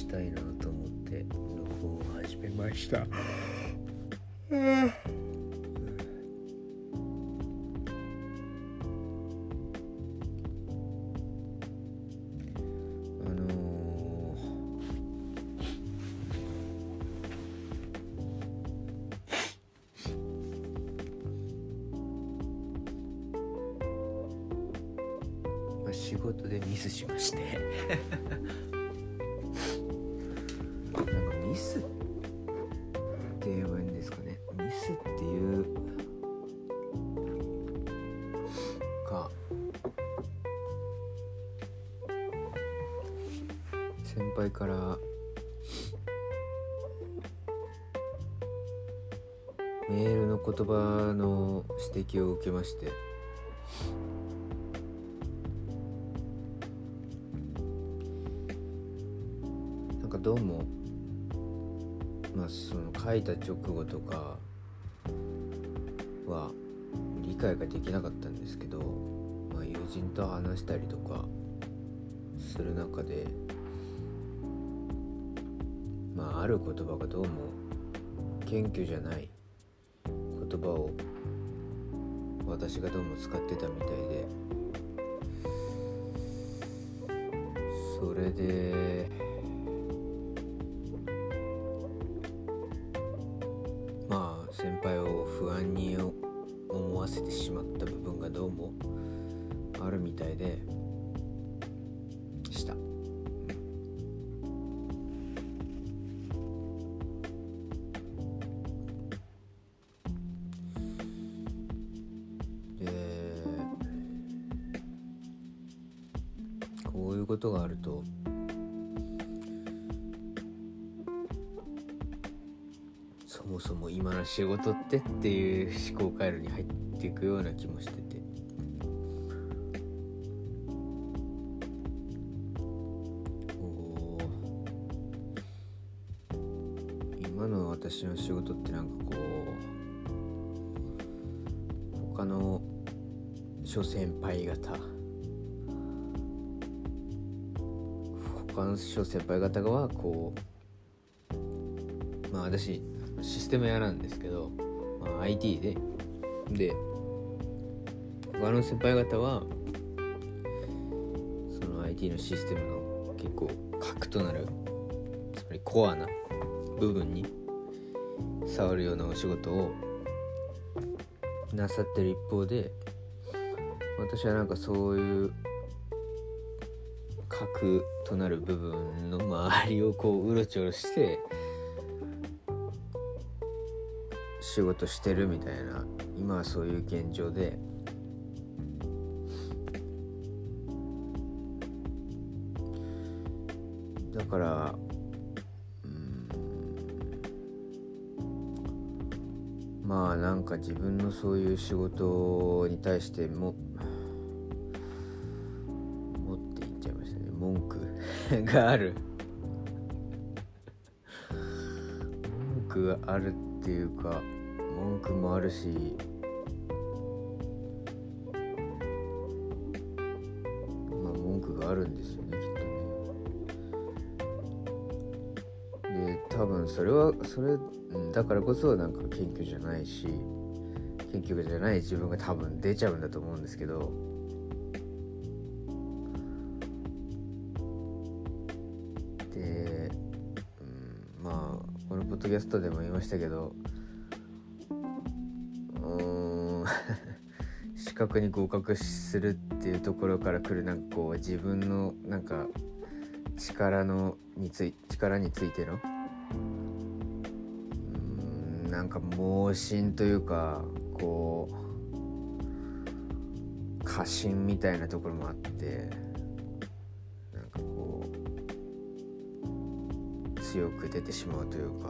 したいなと思って録音を始めました。仕事でミスしましてなんかミスって言えばいいんですかね。ミスっていうか、先輩からメールの言葉の指摘を受けまして、なんかどうもその書いた直後とかは理解ができなかったんですけど、友人と話したりとかする中である言葉がどうも謙虚じゃない言葉を私がどうも使ってたみたいで、それで先輩を不安に思わせてしまった部分がどうもあるみたいでした。こういうことがあるとそもそも今の仕事っていう思考回路に入っていくような気もしてて、今の私の仕事ってなんか他の諸先輩方は私システム屋なんですけど、IT で他の先輩方はその IT のシステムの結構核となる、つまりコアな部分に触るようなお仕事をなさってる一方で、私はなんかそういう核となる部分の周りをうろちょろして仕事してるみたいな、今はそういう現状で、だからなんか自分のそういう仕事に対して持っていっちゃいましたね。文句がある文句があるっていうか、文句もあるし、文句があるんですよね、きっとね。で、多分それだからこそなんか謙虚じゃないし、謙虚じゃない自分が多分出ちゃうんだと思うんですけど、で、このポッドキャストでも言いましたけど、資格に合格するっていうところから来る自分の力についての盲信というか過信みたいなところもあって、強く出てしまうというか、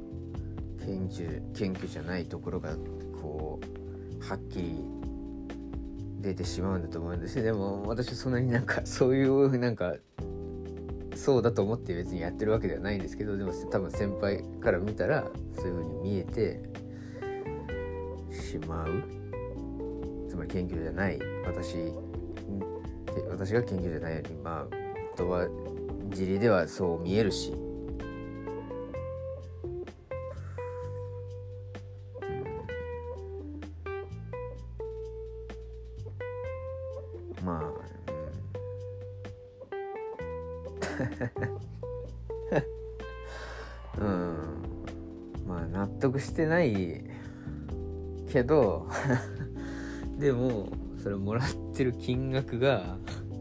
謙虚じゃないところがはっきり出てしまうんだと思うんですよ。でも私はそんなにそういうそうだと思って別にやってるわけではないんですけど、でも多分先輩から見たらそういう風に見えてしまう。つまり謙虚じゃない私が謙虚じゃないように自利ではそう見えるし、まあ、まあ納得してないけどでもそれもらってる金額が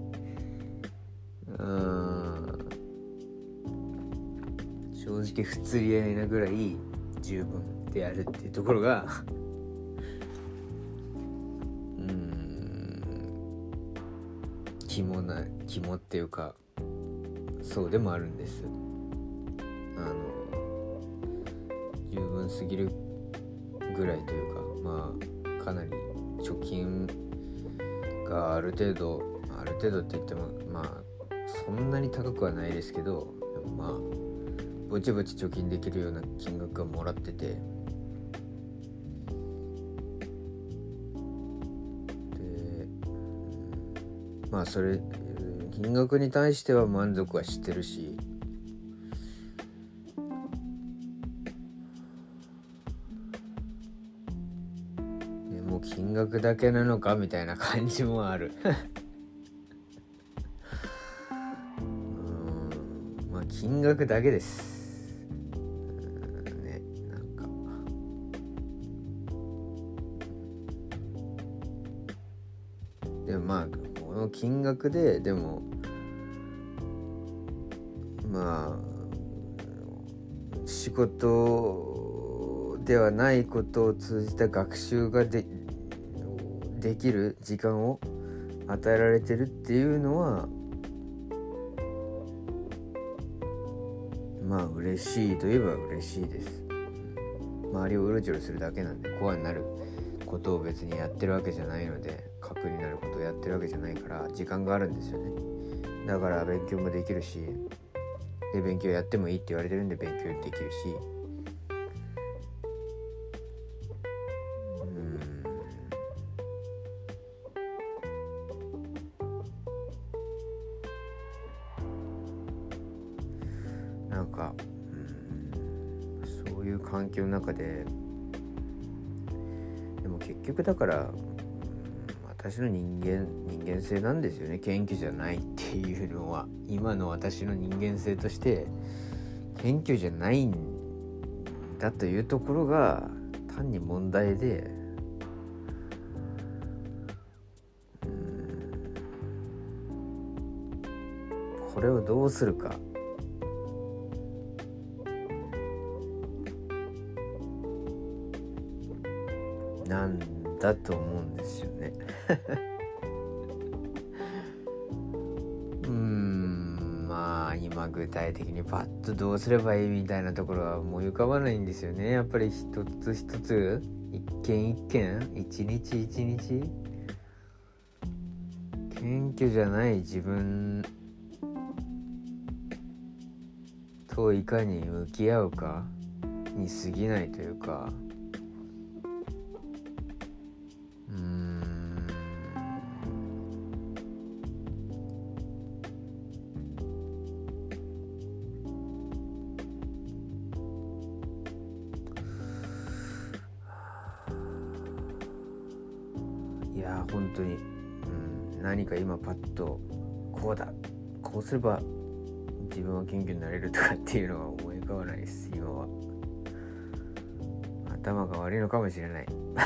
正直不釣り合いなぐらい十分であるっていうところが肝っていうかそうでもあるんです。十分すぎるぐらいというか、まあかなり貯金がある程度って言ってもまあそんなに高くはないですけど、でもまあぼちぼち貯金できるような金額がもらってて、でまあそれ金額に対しては満足はしてるし、でも金額だけなのかみたいな感じもあるまあ金額だけですね。なんかでもまあこの金額ででもまあ仕事ではないことを通じた学習ができる時間を与えられてるっていうのはまあ嬉しいといえば嬉しいです。周りをうろちょろするだけなんでコアになることを別にやってるわけじゃないので、核になることをやってるわけじゃないから時間があるんですよね。だから勉強もできるし、で勉強やってもいいって言われてるんで勉強できるし、なんかそういう環境の中ででも結局だから私の人間性なんですよね。謙虚じゃないっていうのは今の私の人間性として謙虚じゃないんだというところが単に問題で、これをどうするかなんだと思うんですよねまあ今具体的にパッとどうすればいいみたいなところは思い浮かばないんですよね。やっぱり一つ一つ一件一件一日一日謙虚じゃない自分といかに向き合うかに過ぎないというか、いや本当に、何か今パッとこうすれば自分は謙虚になれるとかっていうのは思い浮かばないです。今は頭が悪いのかもしれない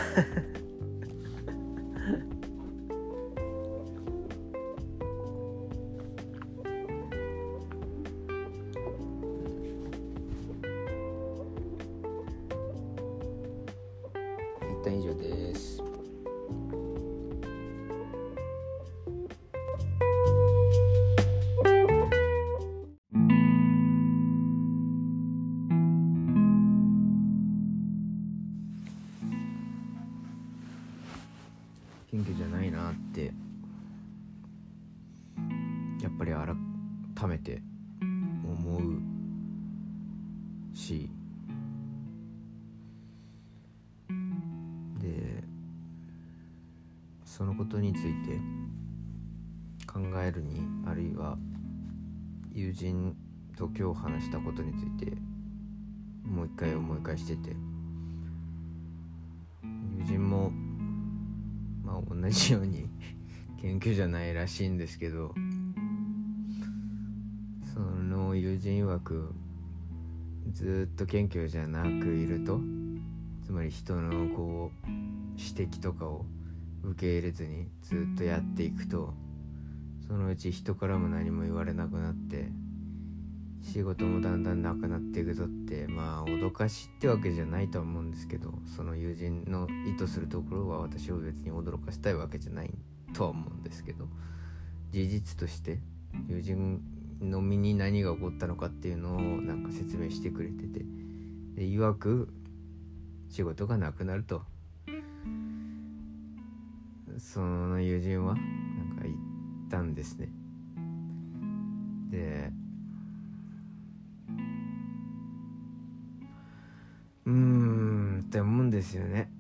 一旦以上です。謙虚じゃないなってやっぱり改めて思うし、でそのことについて考えるにあるいは友人と今日話したことについてもう一回思い返してて、友人も同じように謙虚じゃないらしいんですけど、その友人曰くずっと謙虚じゃなくいると、つまり人のこう指摘とかを受け入れずにずっとやっていくと、そのうち人からも何も言われなくなって仕事もだんだんなくなっていくぞって、脅かしってわけじゃないとは思うんですけど、その友人の意図するところは私を別に驚かしたいわけじゃないとは思うんですけど、事実として友人の身に何が起こったのかっていうのをなんか説明してくれてて、で曰く仕事がなくなるとその友人はなんか言ったんですね。でって思うんですよね。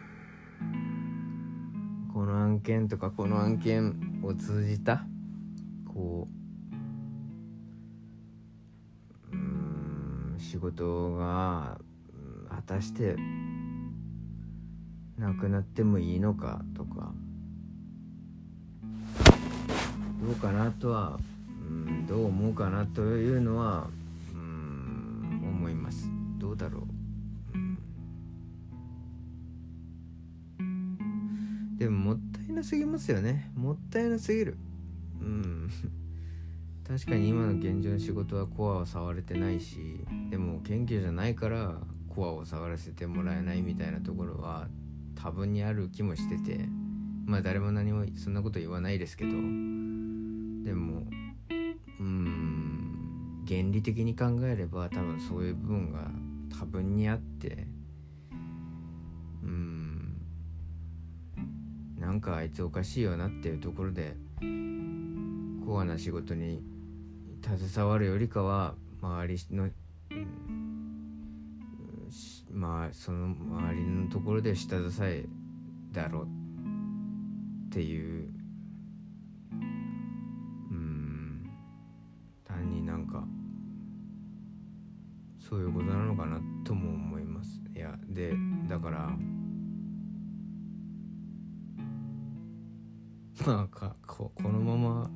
この案件とかこの案件を通じたこう仕事が果たしてなくなってもいいのかとかどうかなとはどう思うかなというのは思います。どうだろう。でももったいなすぎますよね。もったいなすぎる。確かに今の現状の仕事はコアを触れてないし、でも謙虚じゃないからコアを触らせてもらえないみたいなところは多分にある気もしてて、誰も何もそんなこと言わないですけど、でも原理的に考えれば多分そういう部分が多分にあって、なんかあいつおかしいよなっていうところでコアな仕事に携わるよりかは周りの、その周りのところで下支えだろうっていう単になんかそういうことなのかなとも思います。いやでだからこのまま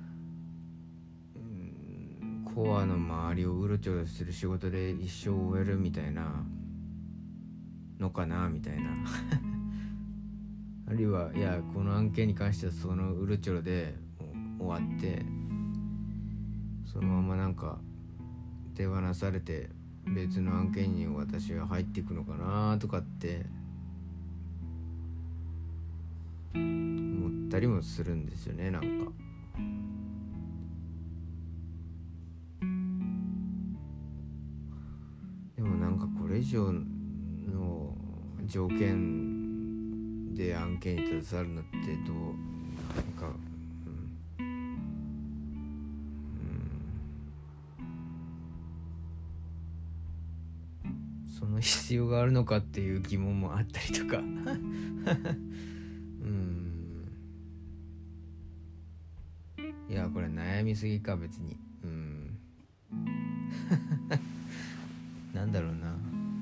コアの周りをうろちょろする仕事で一生終えるみたいなのかなみたいなあるいはいやこの案件に関してはそのうろちょろで終わってそのままなんか手放されて別の案件に私が入っていくのかなとかって思ったりもするんですよね。なんかでもなんかこれ以上の条件で案件に携わるのってどうなんかその必要があるのかっていう疑問もあったりとかいやこれ悩みすぎか別になんだろうな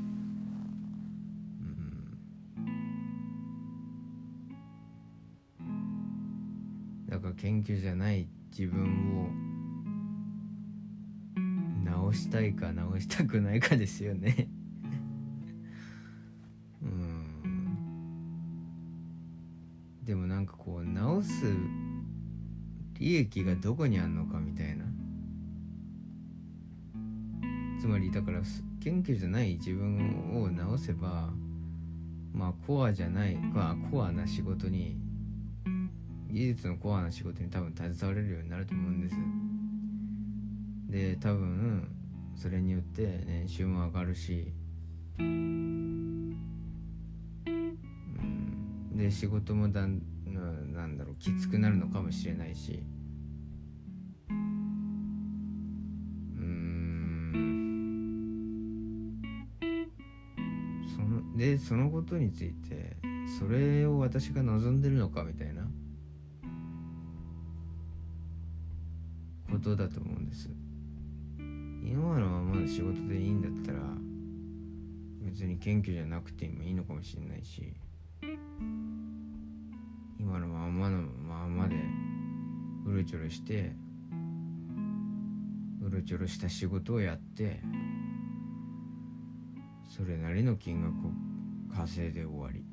だから謙虚じゃない自分を直したいか直したくないかですよねでもなんかこう直す利益がどこにあんのかみたいな、つまりだから謙虚じゃない自分を直せばコアじゃないコアな仕事に技術のコアな仕事に多分携われるようになると思うんです。で多分それによって年収も上がるし、で仕事もなんだろうきつくなるのかもしれないし、そのことについてそれを私が望んでるのかみたいなことだと思うんです。今のままの仕事でいいんだったら別に謙虚じゃなくてもいいのかもしれないし、今のままでうろちょろした仕事をやってそれなりの金額を稼いで終わり、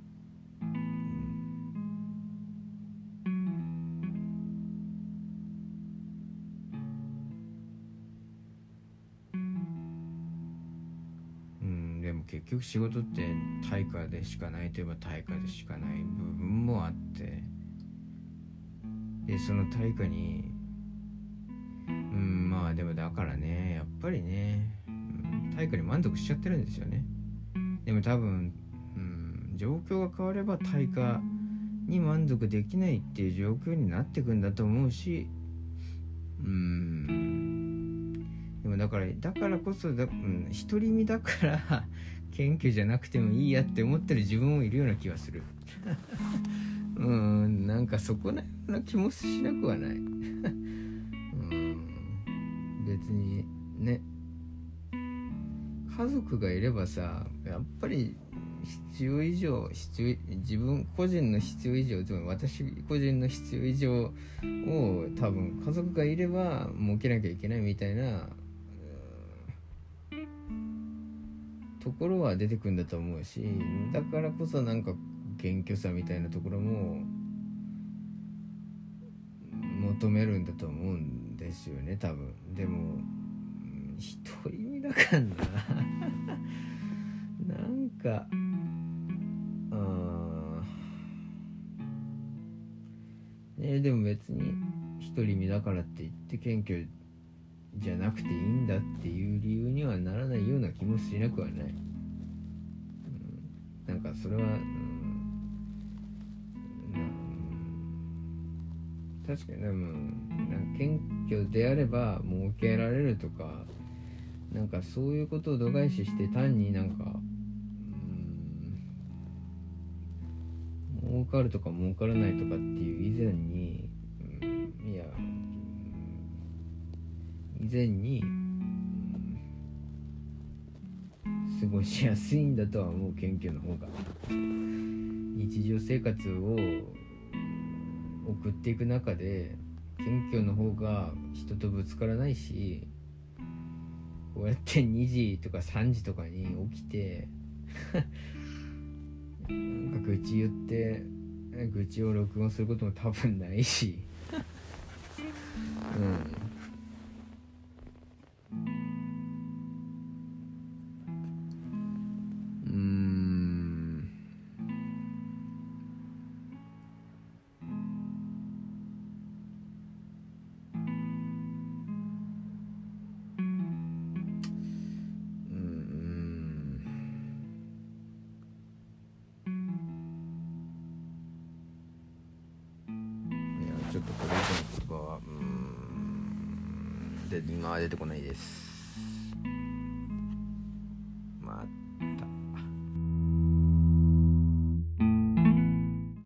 でも結局仕事って対価でしかないといえば対価でしかない部分もあって、でその対価にまあでもだからね、やっぱりね、対価に満足しちゃってるんですよね。でも多分、状況が変われば対価に満足できないっていう状況になってくんだと思うし、でもだからこそ独り身だから謙虚じゃなくてもいいやって思ってる自分もいるような気がするなんかそこなような気もしなくはない別にね、家族がいればさ、やっぱり自分個人の必要以上、私個人の必要以上を多分家族がいれば設けなきゃいけないみたいなところは出てくるんだと思うし、だからこそなんか謙虚さみたいなところも求めるんだと思うんですよね、多分。でも独り身だからななんかでも別に独り身だからって言って謙虚じゃなくていいんだっていう理由にはならないような気もしなくはない、なんかそれは、確かになんか謙虚であれば儲けられるとか、なんかそういうことを度外視して単になんか儲かるとか儲からないとかっていう以前に過ごしやすいんだとは思う。謙虚の方が日常生活を送っていく中で謙虚の方が人とぶつからないし、こうやって2時とか3時とかに起きてなんか愚痴言って愚痴を録音することも多分ないしちょっとこれ以上の言葉は今は出てこないです。